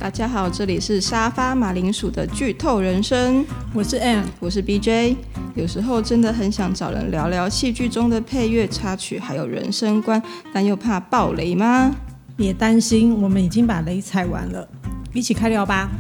大家好，这里是沙发马铃薯的剧透人生， 我是 Ann， 我是 BJ。 有时候真的很想找人聊聊戏剧中的配乐插曲还有人生观，但又怕爆雷吗？ 别担心，我们已经把雷踩完了，一起开聊吧。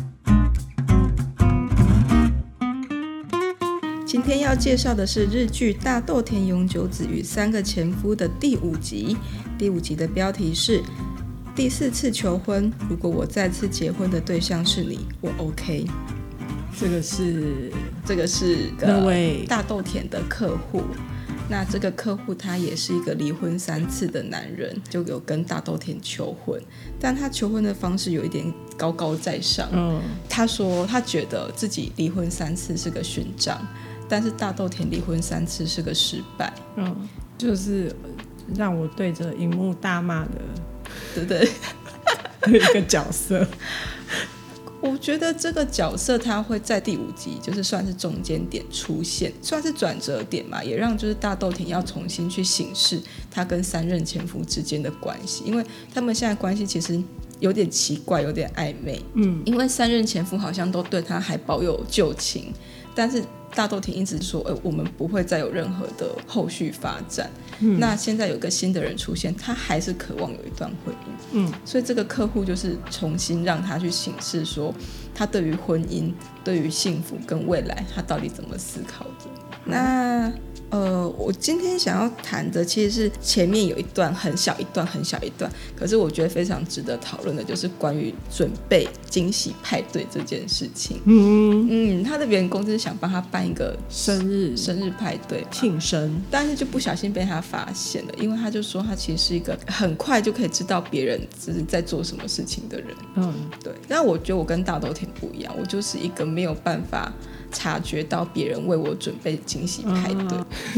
今天要介绍的是日剧《大豆田永久子与三个前夫》的第5集。第5集的标题是第4次求婚，如果我再次结婚的对象是你，我 OK。 这个是那位大豆田的客户，那这个客户他也是一个离婚3次的男人，就有跟大豆田求婚，但他求婚的方式有一点高高在上。他说他觉得自己离婚3次是个勋章，但是大豆田离婚3次是个失败。 就是让我对着荧幕大骂的， 对对的一个角色。 我觉得这个角色他会在第5集就是算是中间点出现，算是转折点嘛，也让就是大豆田要重新去审视他跟3任前夫之间的关系，因为他们现在关系其实有点奇怪，有点暧昧。因为3任前夫好像都对他还保有旧情，但是大豆田一直说我们不会再有任何的后续发展。那现在有个新的人出现，他还是渴望有一段婚姻。所以这个客户就是重新让他去审视说他对于婚姻、对于幸福跟未来他到底怎么思考的。那我今天想要谈的其实是前面有一段很小一段很小一段，可是我觉得非常值得讨论的就是关于准备惊喜派对这件事情。他的员工就是想帮他办一个生日派对庆生， 但是就不小心被他发现了，因为他就说他其实是一个很快就可以知道别人就是在做什么事情的人。对。但我觉得我跟大豆田不一样，我就是一个没有办法察觉到别人为我准备惊喜派对。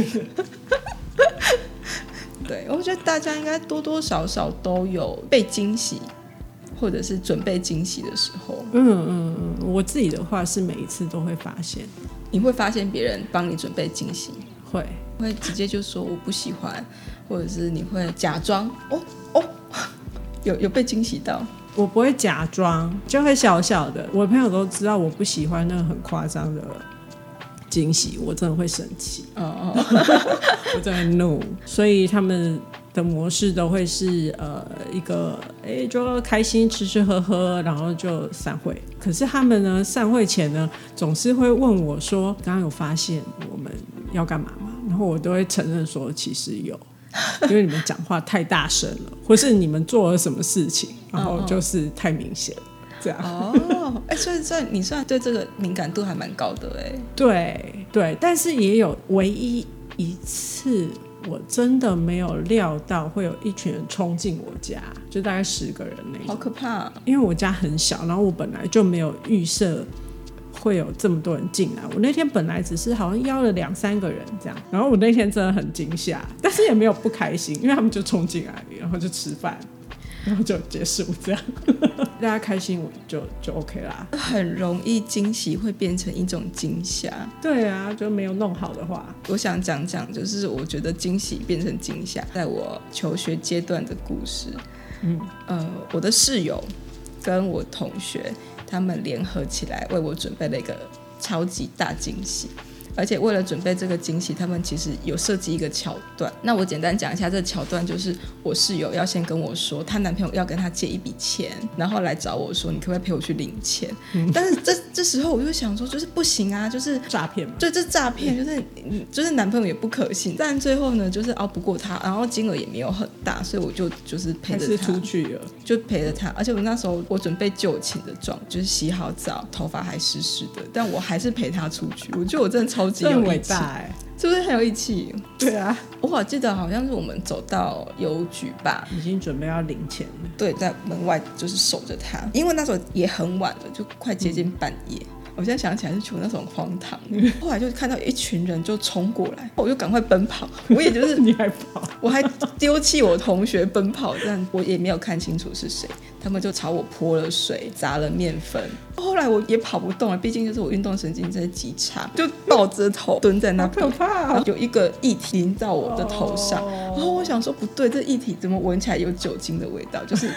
对，我觉得大家应该多多少少都有被惊喜或者是准备惊喜的时候。 我自己的话是每一次都会发现。 你会发现别人帮你准备惊喜？会直接就说我不喜欢，或者是你会假装有被惊喜到？ 我不会假装，就会小小的。我的朋友都知道我不喜欢那个很夸张的惊喜，我真的会生气。我真的怒，所以他们的模式都会是一个就开心吃吃喝喝，然后就散会。可是他们呢，散会前呢，总是会问我说：“刚刚有发现我们要干嘛吗？”然后我都会承认说：“其实有。”因为你们讲话太大声了，或是你们做了什么事情，然后就是太明显，这样。 所以你算对这个敏感度还蛮高的。 对，但是也有唯一一次我真的没有料到会有一群人冲进我家，就大概10个人那种， 好可怕。因为我家很小，然后我本来就没有预设会有这么多人进来。我那天本来只是好像邀了2-3个人这样，然后我那天真的很惊吓，但是也没有不开心，因为他们就冲进来，然后就吃饭，然后就结束这样。大家开心我就 OK 啦。 很容易惊喜会变成一种惊吓。 对啊，就没有弄好的话。 我想讲就是我觉得惊喜变成惊吓在我求学阶段的故事。我的室友跟我同学他们联合起来为我准备了一个超级大惊喜，而且为了准备这个惊喜，他们其实有设计一个桥段。那我简单讲一下，这个桥段就是我室友要先跟我说她男朋友要跟她借一笔钱，然后来找我说你可不可以陪我去领钱。但是这时候我就想说就是不行啊，就是诈骗嘛。 对，这诈骗，就是男朋友也不可信。但最后呢就是熬不过他，然后金额也没有很大，所以我就是陪着他，还是出去了，就陪着他。而且我那时候我准备就寝的状，就是洗好澡，头发还湿湿的，但我还是陪他出去。我觉得我真的超级有义气，是不是很有义气？ 对啊， 我好记得好像是我们走到邮局吧， 已经准备要领钱了。 对，在门外就是守着他，因为那时候也很晚了，就快接近半夜。我现在想起来是觉得那种荒唐。后来就看到一群人就冲过来，我就赶快奔跑。我也就是你还跑， 我还丢弃我同学奔跑，但我也没有看清楚是谁。他们就朝我泼了水，砸了面粉。后来我也跑不动了，毕竟就是我运动神经真的极差，就抱着头蹲在那边。 好可怕！ 有一个液体淋到我的头上，然后我想说不对，这液体怎么闻起来有酒精的味道？就是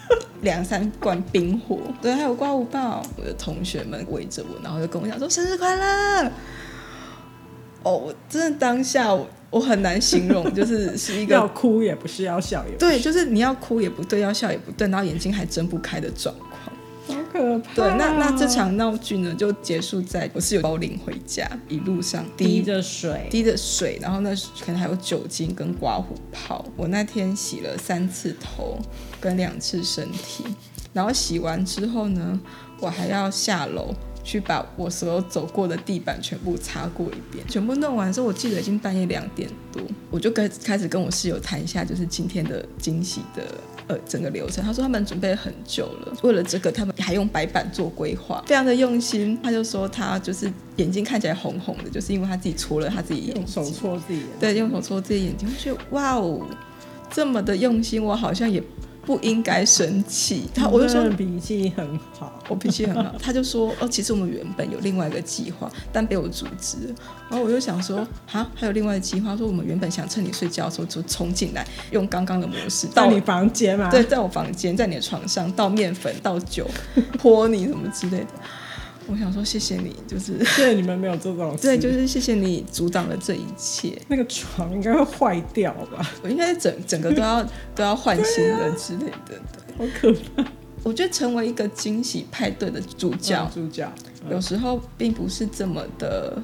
2-3罐冰火，对，还有刮胡泡。我的同学们围着我，然后就跟我讲说生日快乐。我真的当下我很难形容，就是是一个要哭也不是，要笑也不是， 对，就是你要哭也不对，要笑也不对，然后眼睛还睁不开的状况。 好可怕。 对，那这场闹剧呢，就结束在我室友包领回家，一路上滴着水， 然后那可能还有酒精跟刮胡泡。我那天洗了3次头跟2次身体，然后洗完之后呢，我还要下楼去把我所有走过的地板全部擦过一遍，全部弄完之后，我记得已经半夜2点多，我就开始跟我室友谈一下，就是今天的惊喜的整个流程。他说他们准备很久了，为了这个他们还用白板做规划，非常的用心。他就说他就是眼睛看起来红红的，就是因为他自己搓了他自己眼睛， 用手搓自己眼睛， 对，用手搓自己眼睛。我觉得哇哦，这么的用心，我好像也不应该生气。我就说脾气很好， 我脾气很好。他就说其实我们原本有另外一个计划，但被我阻止了。然后我就想说还有另外的计划，说我们原本想趁你睡觉的时候就冲进来，用刚刚的模式到你房间嘛？ 对，在我房间，在你的床上倒面粉倒酒泼你什么之类的。我想说谢谢你，就是谢谢你们没有做这种事。 对，就是谢谢你阻挡了这一切。 那个床应该会坏掉吧？ 我应该整个都要换新的之类的。 好可怕。 我觉得成为一个惊喜派对的主角，有时候并不是这么的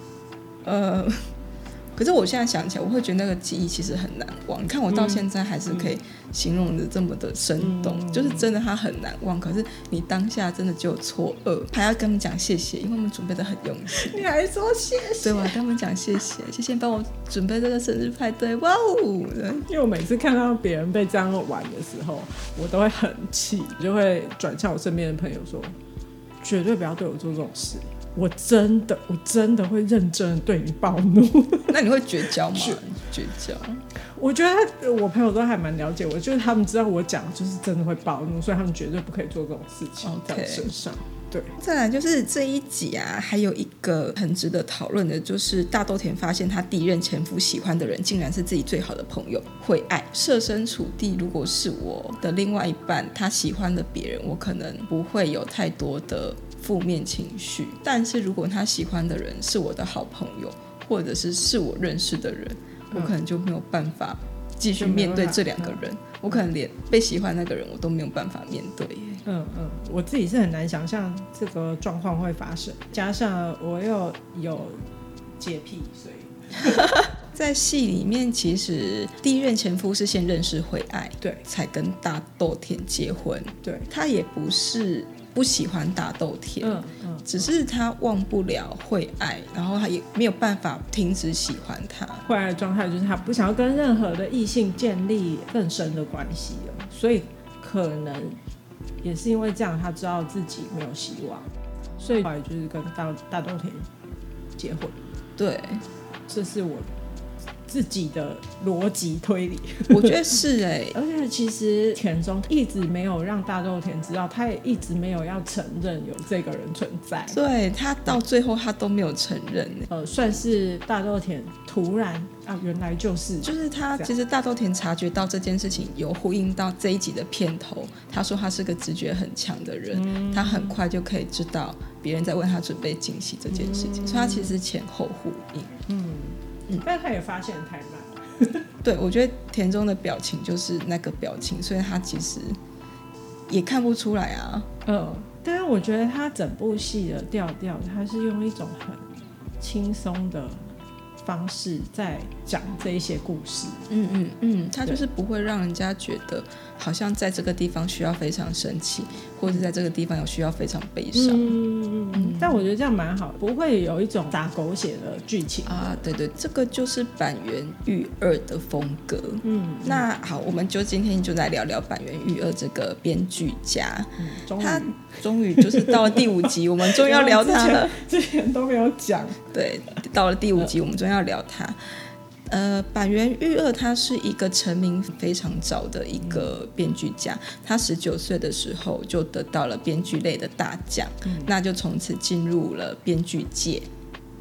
可是我现在想起来，我会觉得那个记忆其实很难忘。你看我到现在还是可以形容的这么的生动，就是真的它很难忘。可是你当下真的就有错愕，还要跟他们讲谢谢，因为我们准备的很用心。 你还说谢谢？ 对，我还跟他们讲谢谢，谢谢帮我准备这个生日派对，哇哦！ 因为我每次看到别人被这样玩的时候，我都会很气，就会转向我身边的朋友说，绝对不要对我做这种事。我真的会认真的对你暴怒。 那你会绝交吗？绝交。 我觉得我朋友都还蛮了解我，就是他们知道我讲就是真的会暴怒，所以他们绝对不可以做这种事情在我身上。对， 再来就是这一集啊，还有一个很值得讨论的，就是大豆田发现他第一任前夫喜欢的人竟然是自己最好的朋友惠爱。设身处地，如果是我的另外一半，他喜欢的别人，我可能不会有太多的负面情绪，但是如果他喜欢的人是我的好朋友，或者是我认识的人，我可能就没有办法继续面对这2个人，我可能连被喜欢那个人我都没有办法面对耶。 我自己是很难想象这个状况会发生，加上我又有洁癖，所以在戏里面，其实第一任前夫是先认识惠爱， 对， 才跟大豆田结婚。 对， 他也不是不喜欢大豆田，只是他忘不了惠爱，然后他也没有办法停止喜欢他。 惠爱的状态就是他不想要跟任何的异性建立更深的关系了，所以可能也是因为这样，他知道自己没有希望，所以后来就是跟大豆田结婚。 对， 这是我自己的逻辑推理。 我觉得是而且其实田中一直没有让大豆田知道，他也一直没有要承认有这个人存在。 对，他到最后他都没有承认算是大豆田突然原来就是他其实大豆田察觉到这件事情，有呼应到这一集的片头，他说他是个直觉很强的人，他很快就可以知道别人在为他准备惊喜这件事情，所以他其实前后呼应。 但他也发现太慢。 对，我觉得田中的表情就是那个表情，所以他其实也看不出来啊。 但是我觉得他整部戏的调调，他是用一种很轻松的方式在讲这一些故事。 他就是不会让人家觉得好像在这个地方需要非常生气，或者在这个地方有需要非常悲伤。 但我觉得这样蛮好，不会有一种打狗血的剧情啊。对对，这个就是板垣裕二的风格。那好，我们就今天就来聊聊板垣裕二这个编剧家。他终于就是到了第5集，我们终于要聊他了。 之前都没有讲。 对，到了第5集，我们终于要聊他。板垣裕二他是一个成名非常早的一个编剧家，他19岁的时候就得到了编剧类的大奖，那就从此进入了编剧界。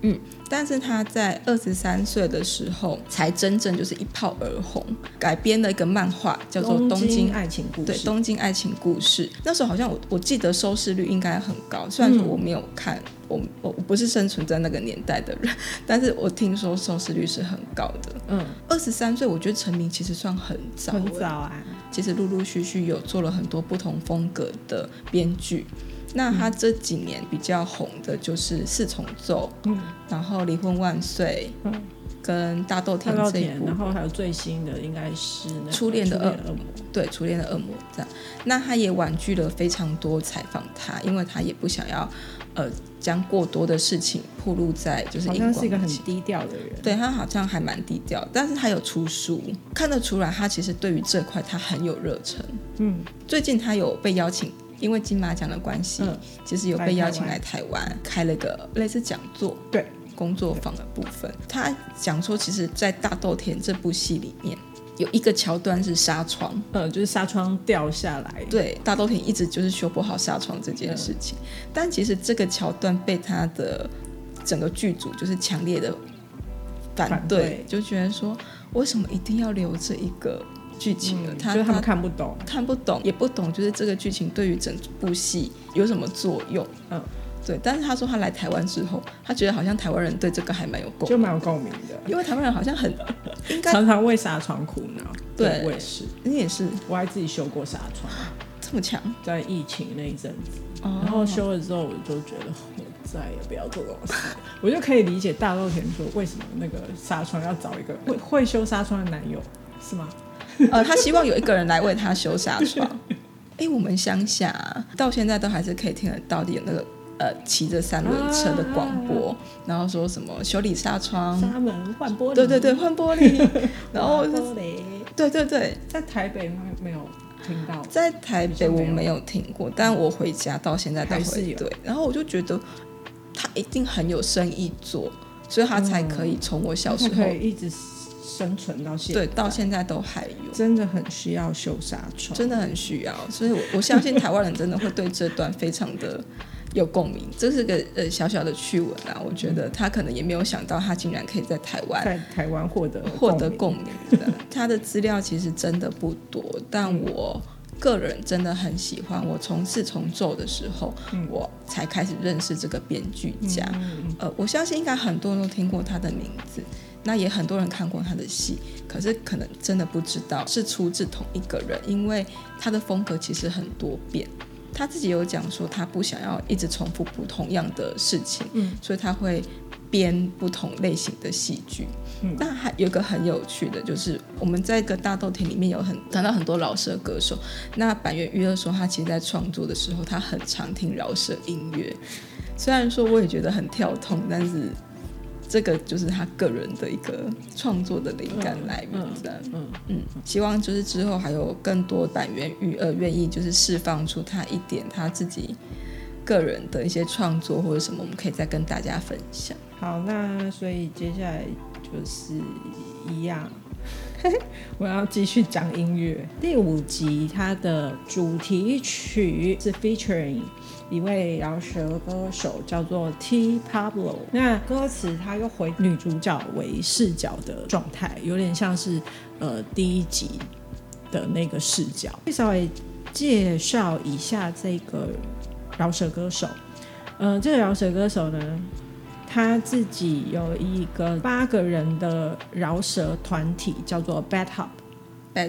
但是他在23岁的时候才真正就是一炮而红，改编了一个漫画叫做《东京爱情故事》。 对，《东京爱情故事》那时候好像我记得收视率应该很高，虽然说我没有看，我不是生存在那个年代的人，但是我听说收视率是很高的。23岁我觉得成名其实算很早， 很早啊。 其实陆陆续续有做了很多不同风格的编剧。那他这几年比较红的就是四重奏，然后离婚万岁，跟大豆田这一部， 然后还有最新的应该是初恋的恶魔，对，初恋的恶魔这样。那他也婉拒了非常多采访他，因为他也不想要将过多的事情暴露在就是荧光， 好像是一个很低调的人。 对，他好像还蛮低调，但是他有出书，看得出来他其实对于这块他很有热忱。最近他有被邀请，因为金马奖的关系，其实有被邀请来台湾开了个类似讲座， 对， 工作坊的部分。他讲说其实在大豆田这部戏里面有一个桥段是纱窗， 就是纱窗掉下来。 对，大豆田一直就是修不好纱窗这件事情，但其实这个桥段被他的整个剧组就是强烈的反对，就觉得说为什么一定要留这一个剧情呢？ 就是他们看不懂， 也不懂，就是这个剧情对于整部戏有什么作用。对，但是他说他来台湾之后，他觉得好像台湾人对这个还蛮有共鸣， 就蛮有共鸣的， 因为台湾人好像很应该常常为纱窗苦恼。 对， 我也是， 你也是， 我还自己修过纱窗， 这么强， 在疫情那一阵子，然后修了之后，我就觉得我再也不要做这种事，我就可以理解大豆田说为什么那个纱窗要找一个会修纱窗的男友，是吗？ 他希望有一个人来为他修纱窗。我们乡下到现在都还是可以听得到有那个骑着3轮车的广播，然后说什么修理纱窗、 纱门换玻璃， 对，换玻璃，然后玻璃， 对， 在台北没有听到， 在台北我没有听过，但我回家到现在都会对，然后我就觉得他一定很有生意做，所以他才可以从我小时候可以一直生存到现在， 对，到现在都还有， 真的很需要修纱窗， 真的很需要，所以我相信台湾人真的会对这段非常的有共鸣。这是个小小的趣闻啊，我觉得他可能也没有想到他竟然可以在台湾获得共鸣的。他的资料其实真的不多，但我个人真的很喜欢。我从四重奏的时候，我才开始认识这个编剧家。我相信应该很多人都听过他的名字，那也很多人看过他的戏，可是可能真的不知道是出自同一个人，因为他的风格其实很多变。他自己有讲说他不想要一直重复不同样的事情，所以他会编不同类型的戏剧。那还有一个很有趣的就是我们在一个大豆田里面有谈到很多饶舌歌手，那坂元裕二说他其实在创作的时候他很常听饶舌音乐，虽然说我也觉得很跳痛，但是这个就是他个人的一个创作的灵感来源。希望就是之后还有更多坂元裕二愿意就是释放出他一点他自己个人的一些创作或者什么，我们可以再跟大家分享。 好，那所以接下来就是一样我要继续讲音乐。第5集它的主题曲是 featuring 一位饶舌歌手叫做 T Pablo， 那歌词它又回女主角为视角的状态，有点像是第1集的那个视角。稍微介绍一下这个饶舌歌手。这个饶舌歌手呢，他自己有一个8个人的饶舌团体，叫做 Bad Hop。Bad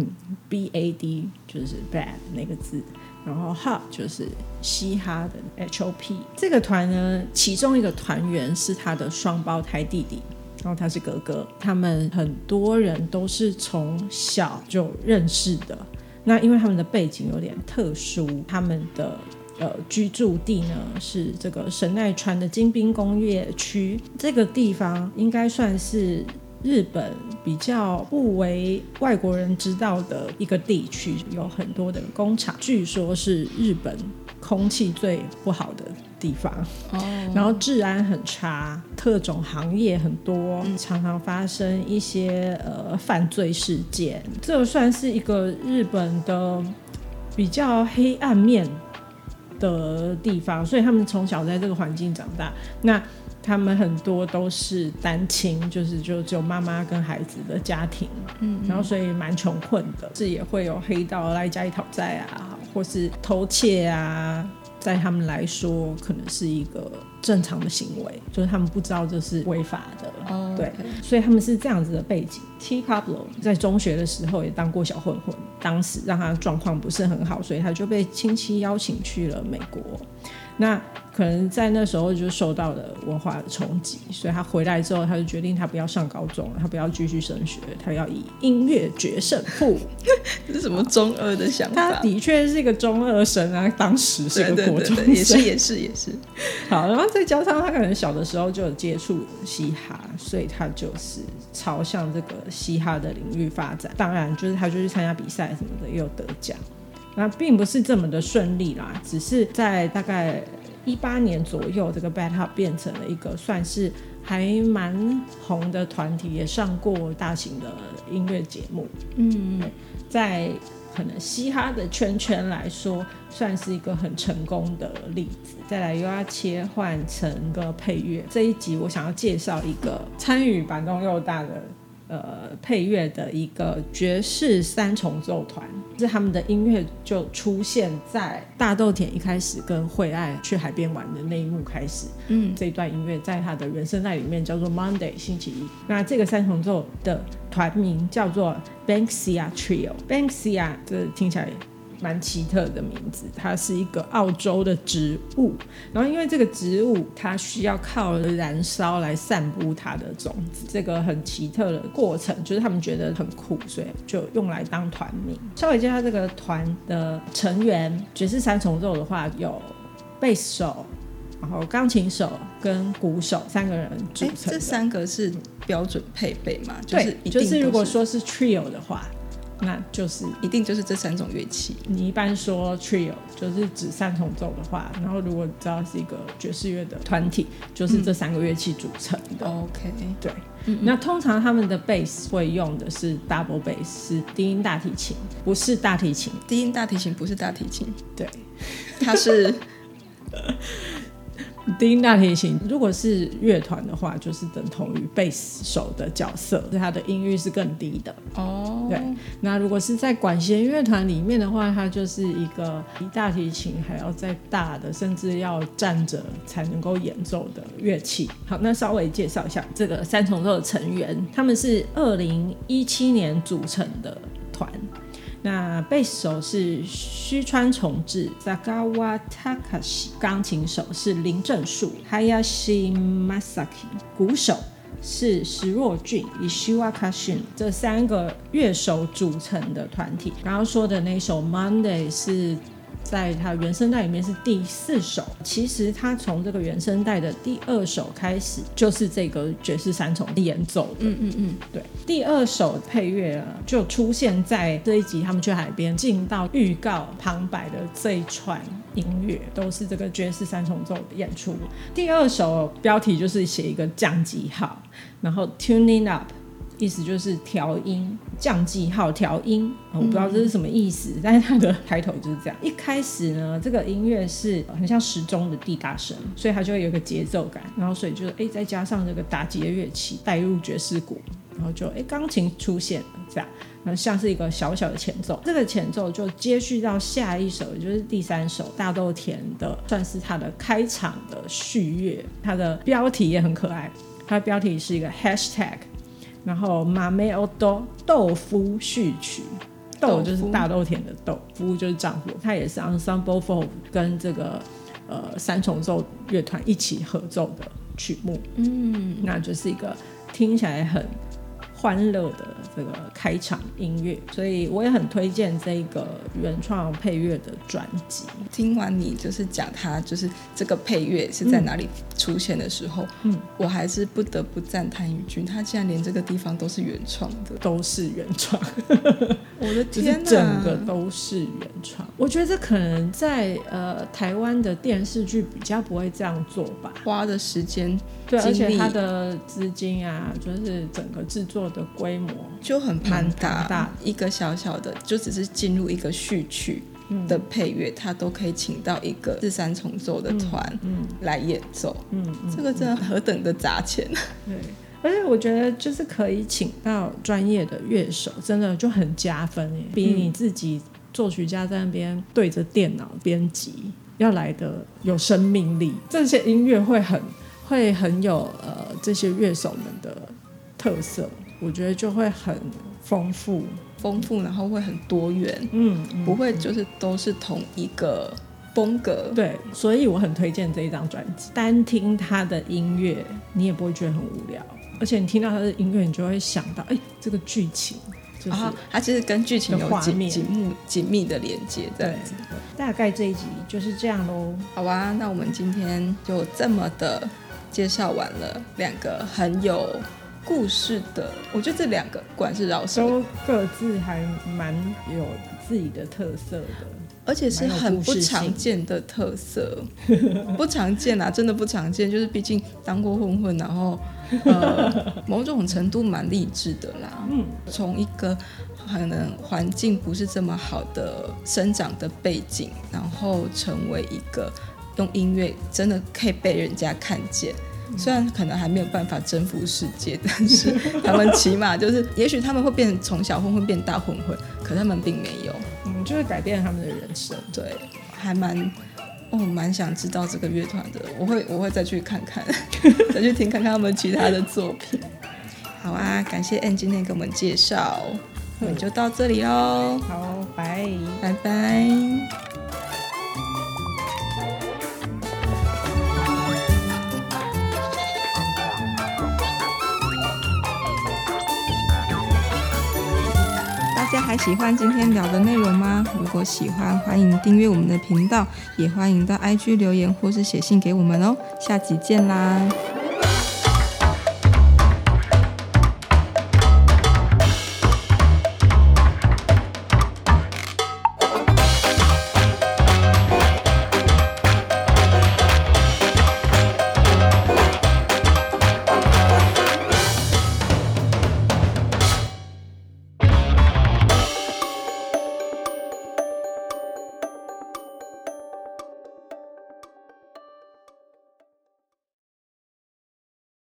Hop，BAD 就是 bad 那个字，然后 Hop 就是嘻哈的 HOP。这个团呢，其中一个团员是他的双胞胎弟弟，然后他是哥哥。他们很多人都是从小就认识的。那因为他们的背景有点特殊，他们的居住地呢是这个神奈川的京滨工业区，这个地方应该算是日本比较不为外国人知道的一个地区，有很多的工厂，据说是日本空气最不好的地方，然后治安很差，特种行业很多，常常发生一些犯罪事件，这算是一个日本的比较黑暗面的地方，所以他们从小在这个环境长大。那他们很多都是单亲，就只有妈妈跟孩子的家庭，然后所以蛮穷困的，是也会有黑道来家里讨债啊，或是偷窃啊，在他们来说可能是一个正常的行为，就是他们不知道这是违法的。对， okay. 所以他们是这样子的背景。T. Pablo 在中学的时候也当过小混混，当时让他状况不是很好，所以他就被亲戚邀请去了美国。那可能在那时候就受到了文化的冲击，所以他回来之后他就决定他不要上高中了，他不要继续升学，他要以音乐决胜负。 这是什么中二的想法？ 他的确是一个中二生啊，当时是个国中生。 对，也是好，然后再加上他可能小的时候就有接触嘻哈，所以他就是朝向这个嘻哈的领域发展。当然就是他就去参加比赛什么的，也有得奖。那并不是这么的顺利啦，只是在大概18年左右，这个 Bad Hop 变成了一个算是还蛮红的团体，也上过大型的音乐节目。在可能嘻哈的圈来说，算是一个很成功的例子。再来又要切换成个配乐，这一集我想要介绍一个参与板东佑大的配乐的一个爵士三重奏团，是他们的音乐就出现在大豆田一开始跟惠爱去海边玩的那一幕开始。这一段音乐在他的原声带里面叫做 Monday 星期一。那这个三重奏的团名叫做 Banksia Trio。 Banksia 这听起来蛮奇特的名字，它是一个澳洲的植物，然后因为这个植物它需要靠燃烧来散布它的种子，这个很奇特的过程就是他们觉得很酷，所以就用来当团名。稍微介绍这个团的成员，爵士三重奏的话有贝斯手，然后钢琴手跟鼓手3个人组成的。 这3个是标准配备吗？ 对，就是如果说是 trio 的话，那就是一定就是这3种乐器。 你一般说 trio 就是指三重奏的话，然后如果知道是一个爵士乐的团体，就是这3个乐器组成的。 OK， 对。那通常他们的 bass 会用的是 double bass， 是低音大提琴，不是大提琴。 低音大提琴不是大提琴， 对， 它是低音大提琴。如果是乐团的话，就是等同于贝斯手的角色，它的音域是更低的。对。那如果是在管弦乐团里面的话，它就是一个比大提琴还要再大的，甚至要站着才能够演奏的乐器。好，那稍微介绍一下这个三重奏的成员，他们是2017年组成的团。那贝斯手是须川重治 Zagawa Takashi， 钢琴手是林正树 Hayashi Masaki， 鼓手是石若俊 Ishiwa Kashin。 这3个乐手组成的团体。刚刚说的那首 Monday 是在他原声带里面是第4首，其实他从这个原声带的第2首开始就是这个爵士三重演奏的。对，第2首配乐就出现在这一集他们去海边进到预告旁白的这一串音乐，都是这个爵士三重奏的演出。第2首标题就是写一个降记号，然后 tuning up，意思就是调音，降记号调音。我不知道这是什么意思，但是它的开头就是这样。一开始呢，这个音乐是很像时钟的滴答声，所以它就会有一个节奏感，然后所以就再加上这个打击的乐器带入爵士鼓，然后就钢琴出现这样，然后像是一个小小的前奏。这个前奏就接续到下一首，也就是第3首大豆田的，算是它的开场的序乐。它的标题也很可爱，它的标题是一个 hashtag，然后豆妹おど豆腐序曲，豆就是大豆田的豆，夫就是丈夫。它也是 Ensemble for 跟这个三重奏乐团一起合奏的曲目。那就是一个听起来很欢乐的这个开场音乐，所以我也很推荐这个原创配乐的专辑。 听完你就是讲它就是这个配乐是在哪里出现的时候，我还是不得不赞叹宇君，他竟然连这个地方都是原创的， 都是原创。 我的天哪， 就是整个都是原创。我觉得这可能在台湾的电视剧比较不会这样做吧， 花的时间对，而且它的资金啊，就是整个制作的规模就很庞大， 一个小小的就只是进入一个序曲， 的配乐，他都可以请到一个四三重奏的团来演奏，这个真的何等的砸钱。 对，而且我觉得就是可以请到专业的乐手，真的就很加分耶，比你自己作曲家在那边对着电脑编辑要来的有生命力。这些音乐会很有这些乐手们的特色，我觉得就会很丰富， 然后会很多元，不会就是都是同一个风格。 对，所以我很推荐这一张专辑。单听他的音乐，你也不会觉得很无聊，而且你听到他的音乐，你就会想到，这个剧情就是、 它其实跟剧情有紧密的连接，这样子。 大概这一集就是这样咯。 好啊，那我们今天就这么的介绍完了两个很有故事的，我觉得这两个不管是饶舌都各自还蛮有自己的特色的， 而且是很不常见的特色。不常见啊，真的不常见，就是毕竟当过混混，然后某种程度蛮励志的啦。从一个可能环境不是这么好的生长的背景，然后成为一个用音乐真的可以被人家看见。虽然可能还没有办法征服世界，但是他们起码就是也许他们会变从小混混变大混混，可他们并没有， 就是改变他们的人生。 对，还蛮想知道这个乐团的，我会再去看看再去听看看他们其他的作品。好啊，感谢 Ann 今天给我们介绍，我们就到这里咯。 好，拜拜。大家还喜欢今天聊的内容吗？如果喜欢，欢迎订阅我们的频道，也欢迎到 IG 留言或是写信给我们哦。下集见啦！